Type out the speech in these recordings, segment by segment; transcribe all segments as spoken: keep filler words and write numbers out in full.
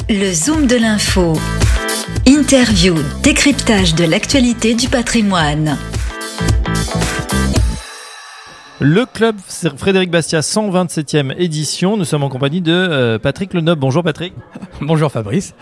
Le Zoom de l'info. Interview, décryptage de l'actualité du patrimoine. Le club Frédéric Bastiat, cent vingt-septième édition. Nous sommes en compagnie de euh, Patrick Lenoble. Bonjour Patrick. Bonjour Fabrice.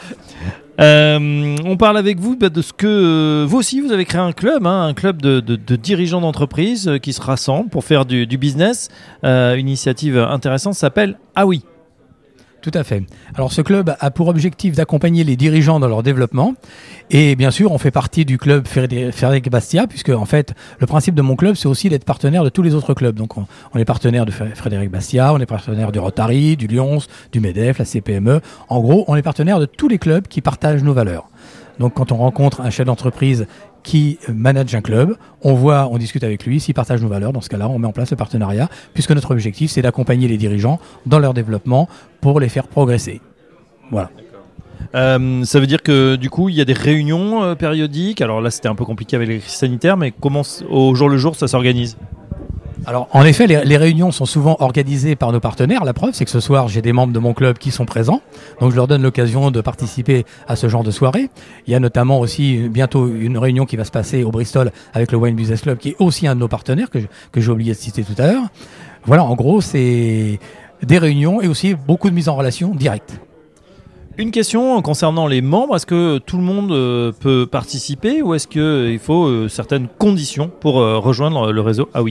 Euh, on parle avec vous bah, de ce que euh, vous aussi vous avez créé un club, hein, un club de, de, de dirigeants d'entreprise euh, qui se rassemblent pour faire du, du business. Euh, une initiative intéressante s'appelle Ah oui. Tout à fait. Alors ce club a pour objectif d'accompagner les dirigeants dans leur développement et bien sûr on fait partie du club Frédéric Bastiat puisque en fait le principe de mon club c'est aussi d'être partenaire de tous les autres clubs. Donc on, on est partenaire de Frédéric Bastiat, on est partenaire du Rotary, du Lyons, du MEDEF, la C P M E. En gros on est partenaire de tous les clubs qui partagent nos valeurs. Donc quand on rencontre un chef d'entreprise qui manage un club, on voit, on discute avec lui, s'il partage nos valeurs, dans ce cas-là, on met en place le partenariat, puisque notre objectif, c'est d'accompagner les dirigeants dans leur développement pour les faire progresser. Voilà. Euh, ça veut dire que du coup, il y a des réunions euh, périodiques. Alors là, c'était un peu compliqué avec les crises sanitaires, mais comment, au jour le jour, ça s'organise ? Alors, en effet, les, les réunions sont souvent organisées par nos partenaires. La preuve, c'est que ce soir, j'ai des membres de mon club qui sont présents. Donc, je leur donne l'occasion de participer à ce genre de soirée. Il y a notamment aussi bientôt une réunion qui va se passer au Bristol avec le Wine Business Club, qui est aussi un de nos partenaires, que, je, que j'ai oublié de citer tout à l'heure. Voilà, en gros, c'est des réunions et aussi beaucoup de mise en relation directe. Une question concernant les membres, est-ce que tout le monde euh, peut participer ou est-ce qu'il faut euh, certaines conditions pour euh, rejoindre le réseau Ah oui ?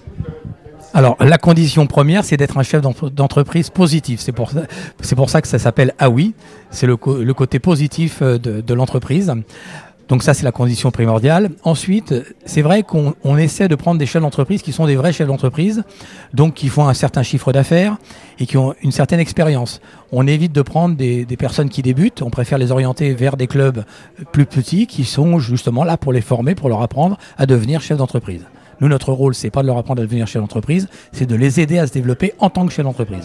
Alors, la condition première, c'est d'être un chef d'entreprise positif. C'est pour, c'est pour ça que ça s'appelle Ah oui. C'est le, co- le côté positif de, de l'entreprise. Donc ça, c'est la condition primordiale. Ensuite, c'est vrai qu'on on essaie de prendre des chefs d'entreprise qui sont des vrais chefs d'entreprise, donc qui font un certain chiffre d'affaires et qui ont une certaine expérience. On évite de prendre des, des personnes qui débutent. On préfère les orienter vers des clubs plus petits qui sont justement là pour les former, pour leur apprendre à devenir chef d'entreprise. Nous, notre rôle, c'est pas de leur apprendre à devenir chef d'entreprise, c'est de les aider à se développer en tant que chef d'entreprise.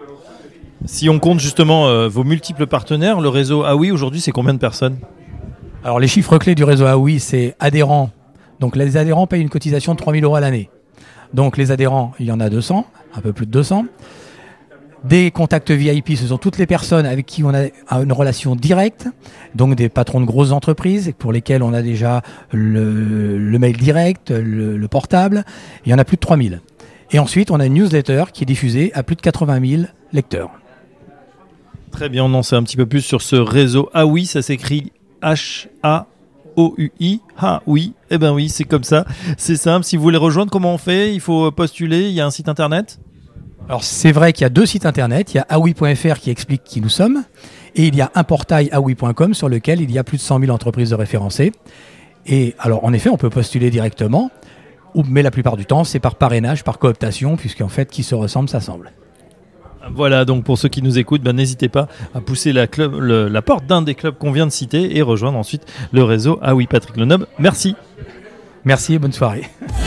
Si on compte justement euh, vos multiples partenaires, le réseau Ah oui, aujourd'hui, c'est combien de personnes ? Alors, les chiffres clés du réseau Ah oui, c'est adhérents. Donc, les adhérents payent une cotisation de trois mille euros à l'année. Donc, les adhérents, il y en a deux cents, un peu plus de deux cents. Des contacts V I P, ce sont toutes les personnes avec qui on a une relation directe, donc des patrons de grosses entreprises pour lesquels on a déjà le, le mail direct, le, le portable. Il y en a plus de trois mille. Et ensuite, on a une newsletter qui est diffusée à plus de quatre-vingt mille lecteurs. Très bien, on en sait un petit peu plus sur ce réseau Ah oui, ça s'écrit H A O U I. Ah oui, eh ben oui, c'est comme ça. C'est simple, si vous voulez rejoindre, comment on fait ? Il faut postuler, il y a un site internet ? Alors c'est vrai qu'il y a deux sites internet, il y a aoui point f r qui explique qui nous sommes et il y a un portail aoui point com sur lequel il y a plus de cent mille entreprises de référencées. Et alors en effet on peut postuler directement, mais la plupart du temps c'est par parrainage, par cooptation, puisqu'en fait qui se ressemble s'assemble. Voilà, donc pour ceux qui nous écoutent, ben, n'hésitez pas à pousser la, club, le, la porte d'un des clubs qu'on vient de citer et rejoindre ensuite le réseau Ah oui. Patrick Lenoble, merci. Merci et bonne soirée.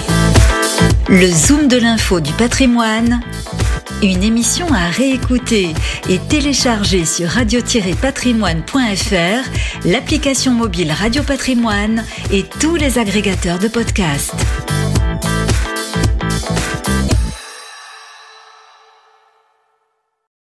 Le Zoom de l'info du patrimoine, une émission à réécouter et télécharger sur radio tiret patrimoine point f r, l'application mobile Radio Patrimoine et tous les agrégateurs de podcasts.